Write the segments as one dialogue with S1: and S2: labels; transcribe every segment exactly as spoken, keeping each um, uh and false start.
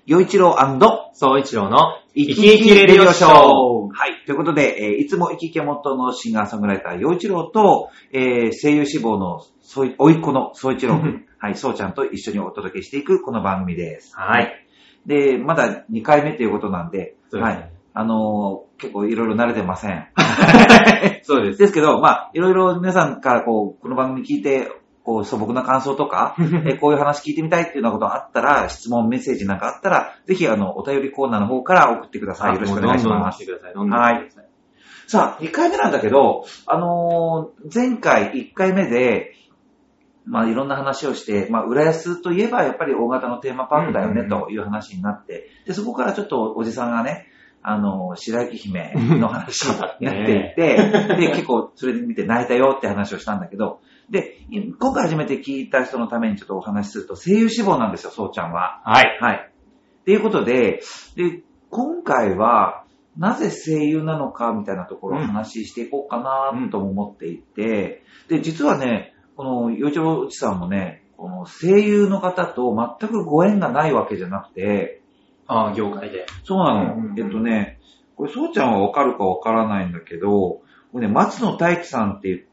S1: 陽一郎&
S2: 総一郎の
S1: 生き生きレディオショー。はい。ということで、えー、いつも生き生き元のシンガーソングライター陽一郎と、えー、声優志望のそい、おいっ子の総一郎くん、はい、そうちゃんと一緒にお届けしていくこの番組です。
S2: はい。
S1: で、まだにかいめということなんで、
S2: そうですね、
S1: はい。あのー、結構いろいろ慣れてません。
S2: そうです。
S1: ですけど、まあ、いろいろ皆さんからこう、この番組聞いて、こう素朴な感想とか、えこういう話聞いてみたいっていうようなことがあったら、質問、メッセージなんかあったら、ぜひあの、お便りコーナーの方から送ってください。よろしくお願いします。はい。さあ、にかいめなんだけど、あのー、前回いっかいめで、まあいろんな話をして、まあ浦安といえばやっぱり大型のテーマパークだよねという話になって、で、そこからちょっとおじさんがね、あの、白雪姫の話になっていて、で、結構それで見て泣いたよって話をしたんだけど、で、今回初めて聞いた人のためにちょっとお話しすると、声優志望なんですよ、そうちゃんは。
S2: はい。
S1: はい。ということで、で、今回は、なぜ声優なのかみたいなところを話していこうかなとも思っていて、うん、で、実はね、この、よいちろうちさんもね、この声優の方と全くご縁がないわけじゃなくて、
S2: ああ、業界で。
S1: そうなの。うんうんうん、えっとね、これ、そうちゃんはわかるかわからないんだけど、これね、松野大輝さんって言って、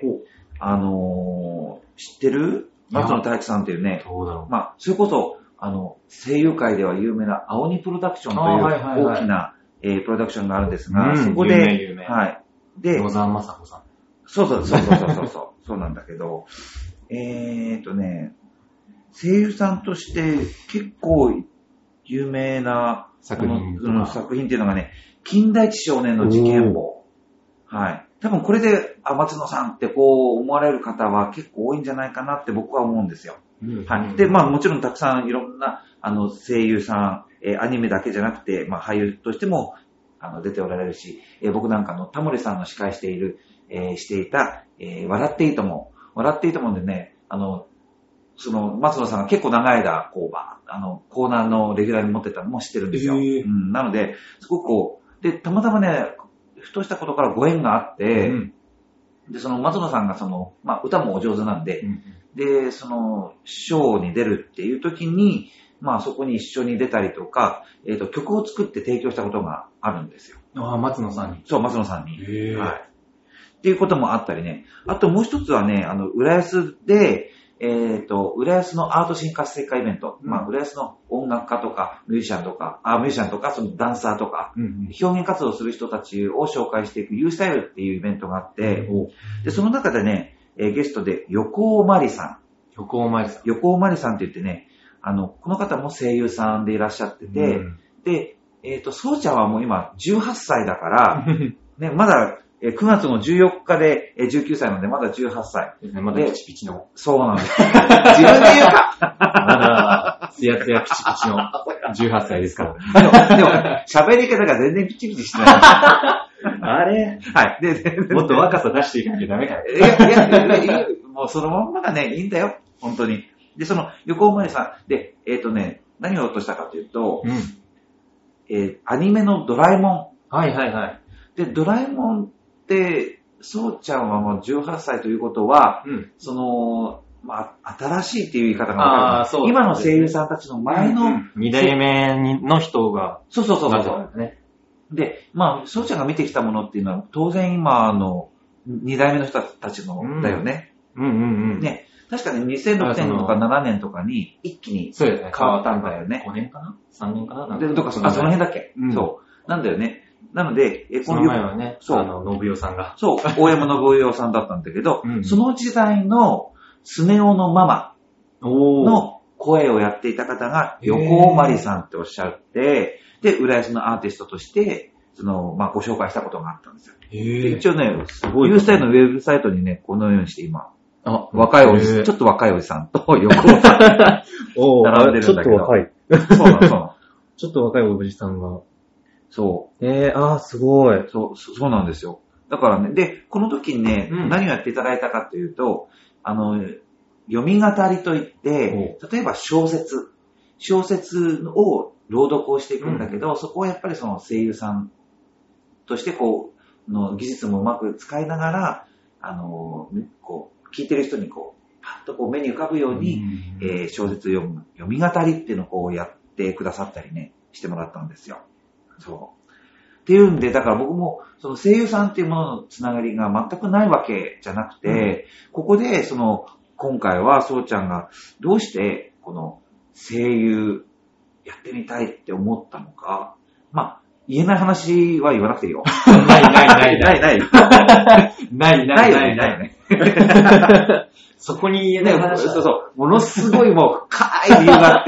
S1: あのー、知ってる？松野大輝さんっていうね、
S2: どうだろう。
S1: まあ、それこそ、あの、声優界では有名な青鬼プロダクションという大きな、えー、プロダクションがあるんですが、
S2: うん、
S1: そこで、
S2: 有名有名
S1: はい。で、
S2: 野沢雅子さん。
S1: そうそうそうそうそうそうそう、そうなんだけど、えーとね、声優さんとして結構有名な
S2: 作品とか、
S1: うん、作品っていうのがね、金田一少年の事件簿。はい。多分これで、あ、松野さんってこう思われる方は結構多いんじゃないかなって僕は思うんですよ。
S2: うん、
S1: はい。で、まあもちろんたくさんいろんなあの声優さん、えー、アニメだけじゃなくて、まあ俳優としてもあの出ておられるし、えー、僕なんかのタモリさんの司会している、えー、していた、えー、笑っていいとも、笑っていいともでね、あの、その、松野さんが結構長い間、こう、ばあの、コーナーのレギュラーに持ってたのも知ってるんですよ。うん、なので、すごくこう、で、たまたまね、ふとしたことからご縁があって、うん、で、その松野さんがその、まあ、歌もお上手なんで、うん、で、その、ショーに出るっていう時に、まあ、そこに一緒に出たりとか、えっと、曲を作って提供したことがあるんですよ。
S2: ああ、松野さんに。
S1: そう、松野さんに。
S2: へ
S1: はい。っていうこともあったりね。あともう一つはね、あの、浦安で、えっと、浦安のアート新活性化イベント。うん、まあ、浦安の音楽家とか、ミュージシャンとか、あ、ミュージシャンとか、そのダンサーとか、うんうん、表現活動する人たちを紹介していく U スタイルっていうイベントがあって、うん、で、その中でね、えー、ゲストで横尾まりさん。
S2: 横尾まりさん。
S1: 横尾まりさんって言ってね、あの、この方も声優さんでいらっしゃってて、うん、で、えっと、そうちゃんはもう今じゅうはっさいだから、ね、まだ、くがつのじゅうよっかでじゅうきゅうさいなので、まだじゅうはっさい。
S2: まだピチピチの。
S1: そうなんです。自分で言うか
S2: まだ、ツヤツヤピチピチのじゅうはっさいですから。
S1: でも、喋り方が全然ピチピチしてない。
S2: あれ
S1: はい。で、で
S2: もっと若さ出していかなきゃダメか
S1: いや、いや、いや、もうそのまんまがね、いいんだよ。本当に。で、その、横尾まりさん、で、えっとね、何を落としたかというと、うん、えー、アニメのドラえも
S2: ん。はいはいはい。
S1: で、ドラえもん、で、そうちゃんはもうじゅうはっさいということは、うん、その、まあ、新しいっていう言い方がわかる、ね。今の声優さんたちの前の、うん、
S2: 二代目の人が。
S1: そうそうそうそう、ね。で、まあ、そうちゃんが見てきたものっていうのは、当然今の二代目の人たちの、だよね。
S2: うんうんうんうん。
S1: ね。確かににせんろくねんとかななねんとかに一気に変わったんだよね。
S2: ごねんかな ?さんねんかな
S1: で、どっかその辺だっけ、うん、そう。なんだよね。なので、
S2: え、この前はね、そう、あの、信代さんが。
S1: そう、大山信代さんだったんだけど、うん、その時代のスネ夫のママの声をやっていた方が、横尾まりさんっておっしゃって、で、浦安のアーティストとして、その、まあ、ご紹介したことがあったんですよ。で一応ね、すごい。ユースタイルのウェブサイトにね、このようにして今、あ若いおじさん、ちょっと若いおじさんと横尾さん、並んでるんだけど。ちょっと若い。そうなの、そうなの。
S2: ちょっと若いおじさんが。
S1: そう。
S2: えー、あー、すごい。
S1: そう、そうなんですよ。だからね、で、この時にね、うん、何をやっていただいたかというと、あの、読み語りといって、例えば小説、小説を朗読をしていくんだけど、うん、そこはやっぱりその声優さんとしてこう、の技術もうまく使いながら、あの、こう、聞いてる人にこう、パッとこう目に浮かぶように、うん、えー、小説を読む、読み語りっていうのをこうやっってくださったりね、してもらったんですよ。そう。っていうんで、だから僕も、その声優さんっていうもののつながりが全くないわけじゃなくて、うん、ここで、その、今回はそうちゃんがどうして、この声優やってみたいって思ったのか、まあ、言えない話は言わなくていいよ。
S2: ないないない
S1: ないない。
S2: ないないないない。そこに言えない話。
S1: そうそう。ものすごいもう深い理由があって、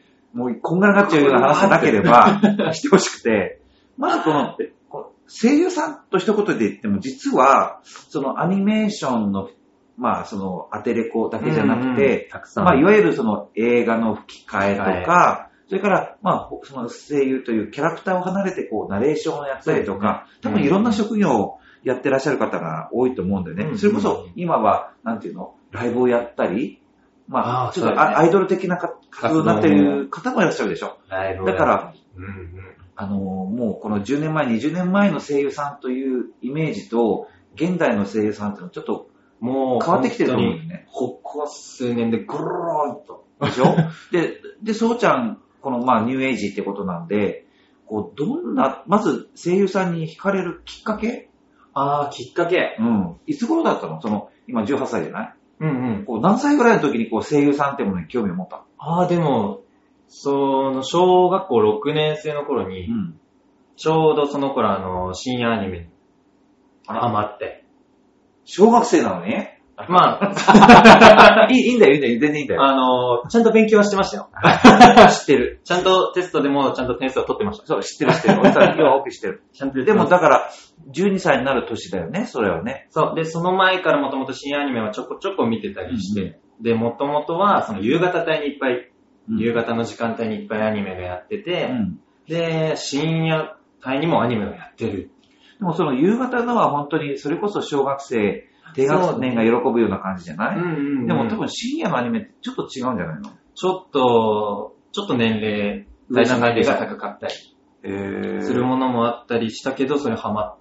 S1: もうこんがらがっちゃうような話がなければしてほしくて、まずこの、声優さんと一言で言っても実は、そのアニメーションの、まあそのアテレコだけじゃなくて、
S2: たくさん。
S1: まあいわゆるその映画の吹き替えとか、それから、まあ、その声優というキャラクターを離れて、こう、ナレーションをやったりとか、ね、多分いろんな職業をやってらっしゃる方が多いと思うんだよね。うん、それこそ、今は、なんていうの、ライブをやったり、まあ、あちょっと、ね、アイドル的な活動になっている方もいらっしゃるでしょ。
S2: ライブ
S1: だから、
S2: うんうん、
S1: あの、もうこのじゅうねんまえ、にじゅうねんまえの声優さんというイメージと、現代の声優さんっていうのはちょっと、もう変わってきてると思うんだよね。
S2: ここ数年でぐるーっと。
S1: でしょで、で、そうちゃん、このまあニューエイジってことなんで、こうどんな、まず声優さんに惹かれるきっかけ？
S2: ああ、きっかけ。
S1: うん。いつ頃だったの？その、今じゅうはっさいじゃない？
S2: うんうん。
S1: こう何歳ぐらいの時にこう声優さんってものに興味を持ったの？
S2: ああ、でも、その、小学校ろくねん生の頃に、うん、ちょうどその頃あの、深夜アニメにハマって。
S1: 小学生なのに？
S2: まあ
S1: いい、いいんだよ、いいんだよ、全然いいんだよ。
S2: あの、ちゃんと勉強はしてましたよ。
S1: 知ってる。
S2: ちゃんとテストでもちゃんと点数を取ってました。
S1: そう、知ってる、知ってる。俺さ、要は多く知ってる。ちゃんとでもだから、じゅうにさいになる年だよね、それはね。
S2: そう。で、その前からもともと深夜アニメはちょこちょこ見てたりして、うんうん、で、もともとは、その夕方帯にいっぱい、うん、夕方の時間帯にいっぱいアニメがやってて、うん、で、深夜帯にもアニメがやってる。
S1: でもその夕方のは本当に、それこそ小学生、低学年が喜ぶような感じじゃない？うんうんうん、でも多分深夜のアニメってちょっと違うんじゃないの？
S2: ちょっと、ちょっと年齢、対象年齢が高かったりするものもあったりしたけど、それハマって。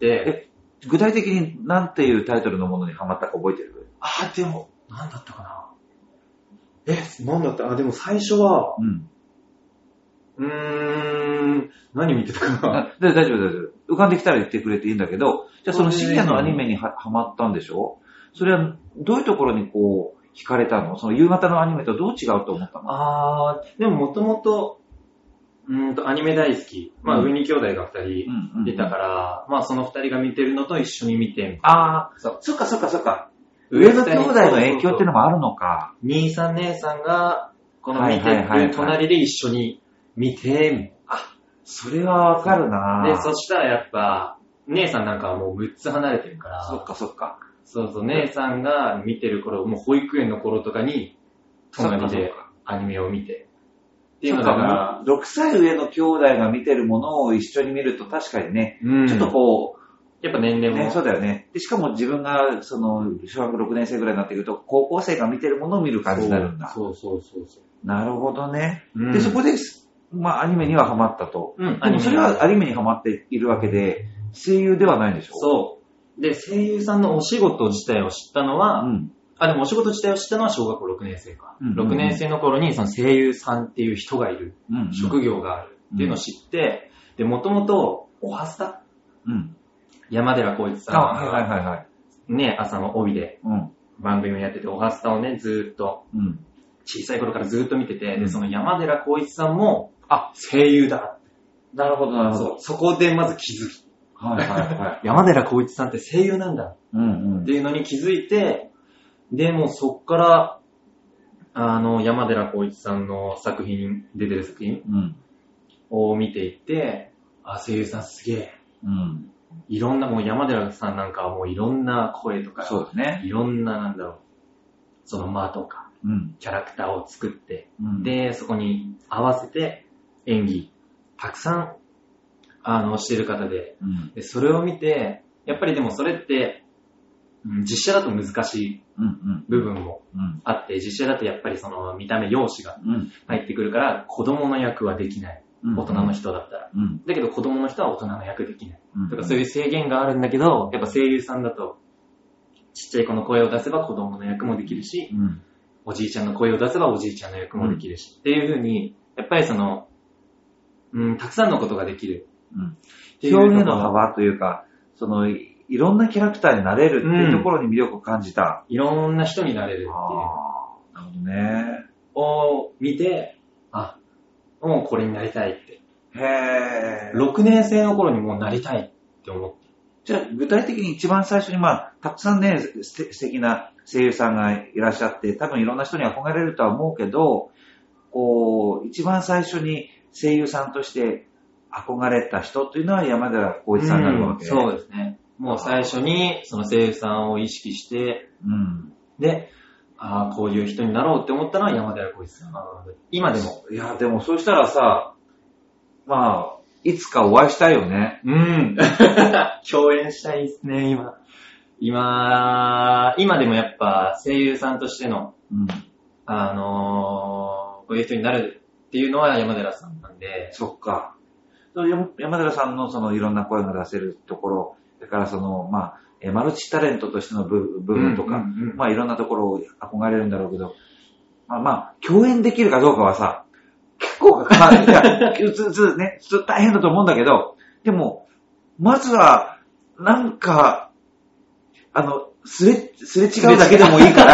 S1: え、具体的に何ていうタイトルのものにハマったか覚えてる？
S2: あー、でも、何だったかな。え、何だったあ、でも最初は、うん。うーん、何見てたかな。
S1: 大丈夫、大丈夫。浮かんできたら言ってくれていいんだけど、じゃあその深夜のアニメにはハマったんでしょ？それはどういうところにこう惹かれたの？その夕方のアニメとどう違うと思ったの？
S2: あー、でももともと、うーんとアニメ大好き。まあ、うん、上に兄弟がふたりいたから、うんうんうん、まあそのふたりが見てるのと一緒に見て。
S1: あー、そ, そっかそっかそっか。上の兄弟の影響っていうのもあるのか。
S2: 兄さん姉さんがこの見てる隣で一緒に見て、はいはいはい、
S1: あ、それはわかるな。
S2: で、そしたらやっぱ、姉さんなんかはもうむっつ離れてるから。
S1: そっかそっか。
S2: そうそう、姉さんが見てる頃、もう保育園の頃とかに、隣でアニメを見て。
S1: っていうのだから、ろくさい上の兄弟が見てるものを一緒に見ると確かにね、うん、ちょっとこう、
S2: やっぱ年齢も、
S1: ね。そうだよね。で、しかも自分が、その、小学ろくねん生ぐらいになってくると、高校生が見てるものを見る感じになるんだ。
S2: そうそうそうそう。
S1: なるほどね。うん、で、そこで、まあ、アニメにはハマったと。
S2: うん。
S1: でもそれはアニメにハマっているわけで、声優ではないんでしょ？
S2: そう。で、声優さんのお仕事自体を知ったのは、うん、あ、でもお仕事自体を知ったのは小学校ろくねん生か。うんうんうん、ろくねん生の頃にその声優さんっていう人がいる、うんうん、職業があるっていうのを知って、で、もともと、おはスタ、うん、山寺宏一さんが、
S1: はいはいはいはい、
S2: ね、朝の帯で番組をやってて、おはスタをね、ずーっと、うん、小さい頃からずーっと見てて、うん、で、その山寺宏一さんも、あ、声優だ。
S1: なるほどなるほど。
S2: そこでまず気づき。
S1: はいはいはい、
S2: 山寺宏一さんって声優なんだ、うんうん、っていうのに気づいて、で、もうそっから、あの、山寺宏一さんの作品、出てる作品、うん、を見ていって、あ、声優さんすげえ。うん、いろんな、もう山寺さんなんかはもういろんな声とか、
S1: そうですね。
S2: いろんな、なんだろう、その間とか、うん、キャラクターを作って、うん、で、そこに合わせて演技、たくさん、あの、してる方で、うん、で、それを見て、やっぱりでもそれって、うん、実写だと難しい部分もあって、うんうん、実写だとやっぱりその見た目容姿が入ってくるから、子供の役はできない。大人の人だったら。うん、だけど子供の人は大人の役できない。うん、とかそういう制限があるんだけど、やっぱ声優さんだと、ちっちゃい子の声を出せば子供の役もできるし、うん、おじいちゃんの声を出せばおじいちゃんの役もできるし、うん、っていう風に、やっぱりその、 うん、たくさんのことができる。
S1: うん、表現の幅というか、その、いろんなキャラクターになれるっていうところに魅力を感じた。
S2: うん、いろんな人になれるっていう。
S1: あ、なるほどね。
S2: を見て、あ、もうこれになりたいって。
S1: へー。
S2: ろくねん生の頃にもうなりたいって思って。
S1: じゃあ、具体的に一番最初に、まあ、たくさんね、すて素敵な声優さんがいらっしゃって、多分いろんな人に憧れるとは思うけど、こう、一番最初に声優さんとして憧れた人というのは山寺宏一さんになるわけ、
S2: うん、そうですね。もう最初にその声優さんを意識して、うん、で、ああ、こういう人になろうって思ったのは山寺宏一さんなので、今でも。
S1: いや、でもそうしたらさ、まあ、いつかお会いしたいよね。
S2: うん。共演したいですね、今。今、今でもやっぱ声優さんとしての、うん、あのー、こういう人になるっていうのは山寺さんなんで。
S1: そっか。山寺さんのそのいろんな声が出せるところ、だからその、まあ、マルチタレントとしての部分とか、うんうんうん、まあいろんなところを憧れるんだろうけど、まあまあ、共演できるかどうかはさ、結構かかる。いや、ずつね、大変だと思うんだけど、でも、まずは、なんか、あの、すれ、すれ違うだけでもいいから、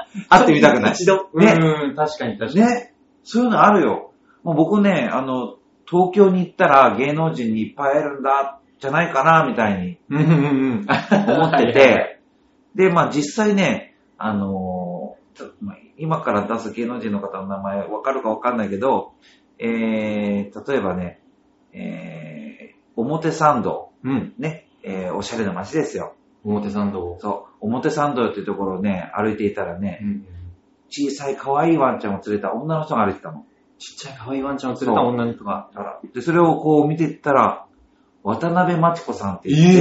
S1: 会ってみたくない。
S2: 一度。
S1: ね。
S2: うん、確かに確かに。
S1: ね。そういうのあるよ。もう僕ね、あの、東京に行ったら芸能人にいっぱい会えるんだ、じゃないかな、みたいに思ってて、で、まあ実際ね、あのー、今から出す芸能人の方の名前わかるかわかんないけど、えー、例えばね、えー、表参道、うん、ね、えー、おしゃれな街ですよ。
S2: 表参道。
S1: そう、表参道っていうところをね、歩いていたらね、うん、小さい可愛いワンちゃんを連れた女の人が歩いてたの。
S2: ちっちゃい可愛いワンちゃんを連れた女の人が。
S1: で、それをこう見ていったら、渡辺真知子さんって言って、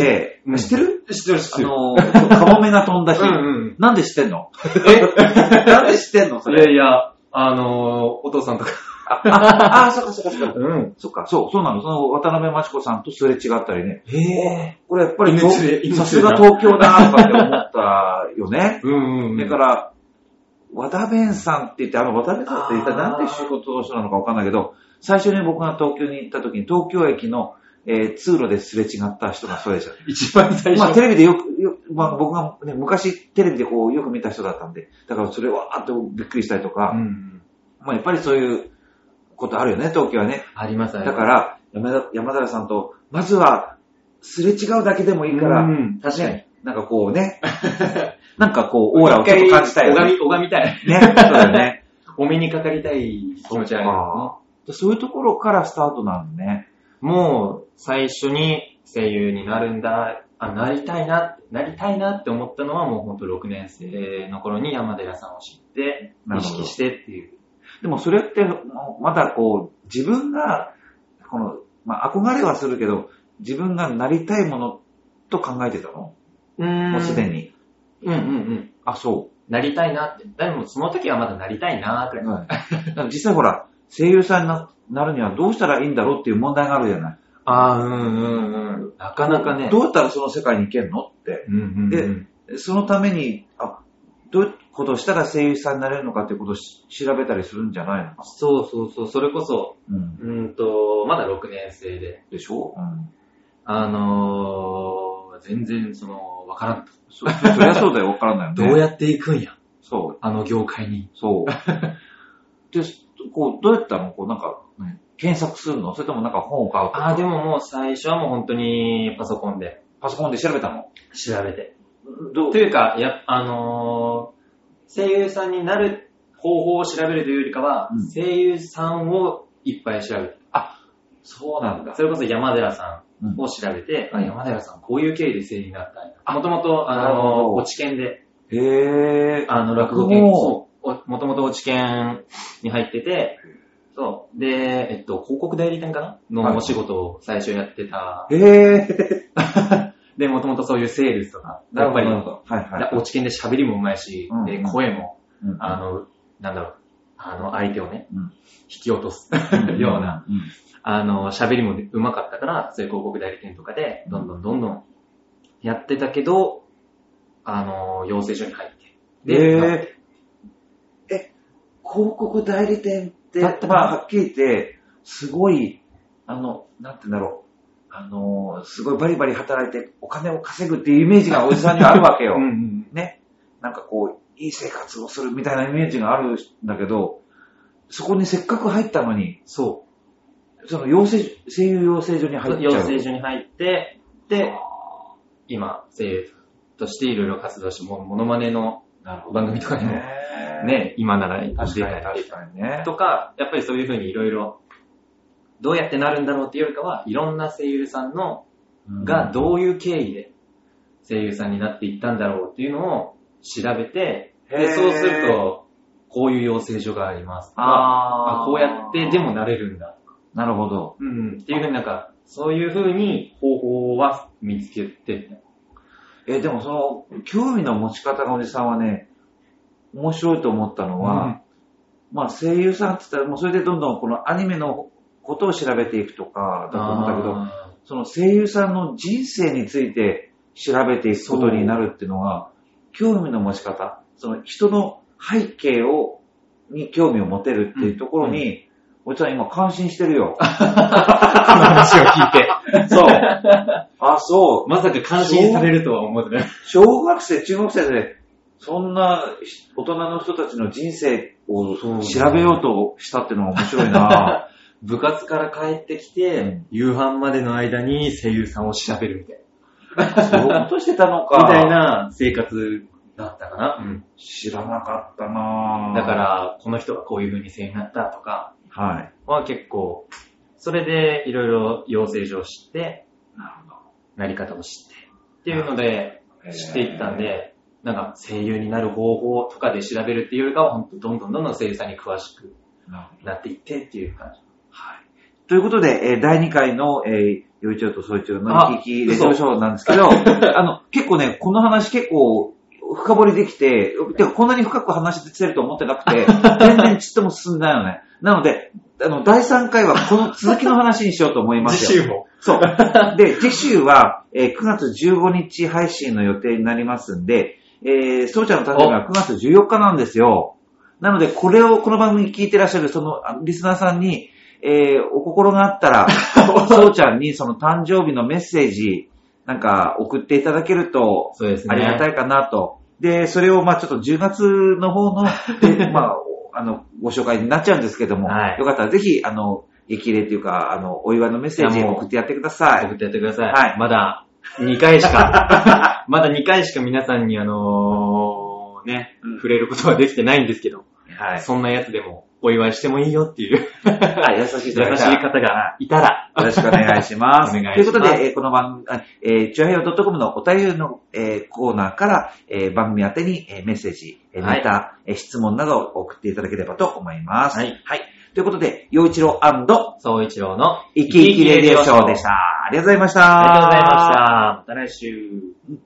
S1: えー、知ってる
S2: 知ってる知ってる。
S1: あのー、カモメが飛んだ日。うんうん、なんで知ってんのえなんで知ってんのそれ。
S2: いやいや、あのー、お父さんとか。
S1: あ、あ、そっかそっかそっか。
S2: うん。
S1: そっか、そう、そうなの。その渡辺真知子さんとすれ違ったりね。
S2: へ
S1: ー。これやっぱり、さすが東京だとかって思ったよね。
S2: うんうんうん。
S1: だから、和田弁さんって言って、あの和田弁さんって一体なんで仕事をしたのかわかんないけど、最初に僕が東京に行った時に東京駅の、えー、通路ですれ違った人がそうでした。
S2: 一番最初。
S1: まあテレビでよく、よまあ僕がね、昔テレビでこうよく見た人だったんで、だからそれはあってびっくりしたりとか、うん、まあやっぱりそういうことあるよね、東京はね。
S2: ありますあり
S1: ます。だから山田、山田さんと、まずはすれ違うだけでもいいから、
S2: うん、確かに。
S1: なんかこうね、なんかこう、オーラをちょっと感じたいよね。
S2: 拝み、拝みたい。
S1: ね、そうだよね。
S2: お目にかかりたい気持ちあるよ
S1: ね。そういうところからスタートなのね。
S2: もう、最初に声優になるんだ、あ、なりたいな、なりたいなって思ったのはもうほんとろくねん生の頃に山寺さんを知って、意識してっていう。
S1: でもそれって、まだこう、自分が、この、まあ、憧れはするけど、自分がなりたいものと考えてたの？うーん。もうすでに。
S2: うんうんうん。
S1: あ、そう。
S2: なりたいなって。でもその時はまだなりたいなーくらい。はい、
S1: 実際ほら、声優さんになるにはどうしたらいいんだろうっていう問題があるじゃない。
S2: ああ、うんうんうん。なかなかね。
S1: どうやったらその世界に行けるのって。うんうんうん、で、そのために、あ、どういうことをしたら声優さんになれるのかっていうことを調べたりするんじゃないのか。
S2: そうそうそう。それこそ、うん、うんと、まだろくねん生で。
S1: でしょ、うん、
S2: あのー、全然その、わからんと。
S1: そ, そりゃそうだよ、わからないよね。
S2: どうやって行くんや。
S1: そう。
S2: あの業界に。
S1: そう。で、こう、どうやったのこう、なんか、ね、検索するのそれともなんか本を買うとか。
S2: あ、でももう最初はもう本当にパソコンで。
S1: パソコンで調べたの？
S2: 調べて。どうというか、や、あのー、声優さんになる方法を調べるというよりかは、うん、声優さんをいっぱい調べる。
S1: あ、そうなんだ。
S2: それこそ山寺さんを調べて、うん、あ、山寺さんこういう経緯で声優になったんや。もともと、あのー、落ち研で。
S1: へー。
S2: あの、落語研、そう。もともと落ち研に入ってて、そう。で、えっと、広告代理店かなのお仕事を最初やってた。
S1: へー。
S2: で、もともとそういうセールスとか、やっぱり、はい
S1: はい、
S2: 落ち研で喋りもうまいし、うんうん、で、声も、うんうん、あの、なんだろう、あの、相手をね、うん、引き落とすような、うんうん、あの、喋りもうまかったから、そういう広告代理店とかで、どんどんどんどんやってたけど、あの、養成所に入って。
S1: で、えー、え、広告代理店って、まあ、はっきり言って、すごいあの、なんて言うんだろう。あの、すごいバリバリ働いてお金を稼ぐっていうイメージがおじさんにはあるわけよ。うんうん、ね。なんかこう、いい生活をするみたいなイメージがあるんだけど、そこにせっかく入ったのに、
S2: そう。
S1: その養成、声優養成所に入っちゃう。
S2: 養成所に入って、で、今、声優としていろいろ活動して、もうモノマネの番組とかにも、ね、今なら出たりね。とか、やっぱりそういうふうにいろいろ、どうやってなるんだろうっていうよりかは、いろんな声優さんの、がどういう経緯で声優さんになっていったんだろうっていうのを調べて、でそうすると、こういう養成所がありますとか、あこうやってでもなれるんだ。
S1: なるほど。
S2: うん。っていうふうになんか、そういうふうに方法は見つけて。
S1: え、でもその、興味の持ち方がおじさんはね、面白いと思ったのは、うん、まあ声優さんって言ったら、もうそれでどんどんこのアニメのことを調べていくとかだと思ったけど、その声優さんの人生について調べていくことになるっていうのが、興味の持ち方、その人の背景を、に興味を持てるっていうところに、うんうんおじさん今感心してるよ。この
S2: 話を聞いて。
S1: そう。あ、そう。
S2: まさか感心されるとは思ってない。
S1: 小学生、中学生で、そんな大人の人たちの人生を調べようとしたっていうのが面白いな
S2: 部活から帰ってきて、うん、夕飯までの間に声優さんを調べるみたいな。
S1: そういうことしてたのか。
S2: みたいな生活だったかな。うん、
S1: 知らなかったな
S2: だから、この人がこういう風に声優になったとか、
S1: はい。
S2: は結構、それでいろいろ養成所を知って、なるほど。なり方を知って、っていうので知っていったんで、なんか声優になる方法とかで調べるっていうよりかは、本当どんどんどんどん声優さんに詳しくなっていってっていう感じ。
S1: はい。ということで、えー、だいにかいの、えー、よいちょうとそういちょうの生き生きレディオショーなんですけど、あの、結構ね、この話結構、深掘りできて、てかこんなに深く話してると思ってなくて、全然ちっとも進んでないのね。なので、あの、だいさんかいはこの続きの話にしようと思いますよ。
S2: 次週も。
S1: そう。で、次週は、えー、くがつじゅうごにち配信の予定になりますんで、えー、そうちゃんの誕生日はくがつじゅうよっかなんですよ。なので、これを、この番組聞いてらっしゃるそのリスナーさんに、えー、お心があったら、そうちゃんにその誕生日のメッセージ、なんか送っていただけると、
S2: そうですね。
S1: ありがたいかなと。で、それをまあちょっとじゅうがつの方の、まあ、あの、ご紹介になっちゃうんですけども、はい、よかったらぜひ、あの、激励というか、あの、お祝いのメッセージを送ってやってください。
S2: 送ってやってください。はい。まだにかいしか、まだにかいしか皆さんにあのー、ね、うん、触れることはできてないんですけど、はい。そんなやつでもお祝いしてもいいよっていう、
S1: はい、優しい
S2: 優しい方がいたら、
S1: よろしくお願いします。
S2: お願いします。
S1: ということで、えー、この番組、えー、チュアヘヨ .com のお便りの、えー、コーナーから、えー、番組宛てに、えー、メッセージ、えー、ネタ、はい、えー、質問などを送っていただければと思います。はい。はい。ということで、陽一郎&
S2: 総一郎の
S1: 生き生きレディオショーでした。ありがとうございました。
S2: ありがとうございました。また来週。